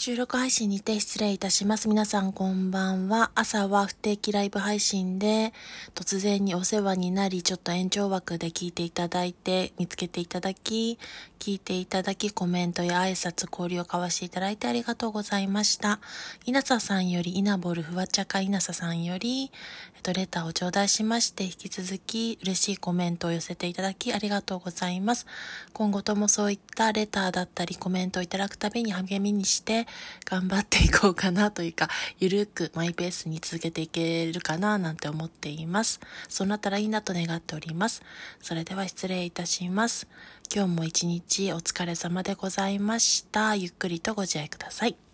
収録配信にて失礼いたします。皆さんこんばんは。朝は不定期ライブ配信で突然にお世話になり、ちょっと延長枠で聞いていただいて、見つけていただき、聞いていただき、コメントや挨拶、交流を交わしていただいてありがとうございました。稲佐さんより、稲ボルフワチャカ稲佐さんより、レターを頂戴しまして、引き続き嬉しいコメントを寄せていただきありがとうございます。今後ともそういったレターだったりコメントをいただくたびに励みにして頑張っていこうかなというか、ゆるくマイペースに続けていけるかななんて思っています。そうなったらいいなと願っております。それでは失礼いたします。今日も一日お疲れ様でございました。ゆっくりとご自愛ください。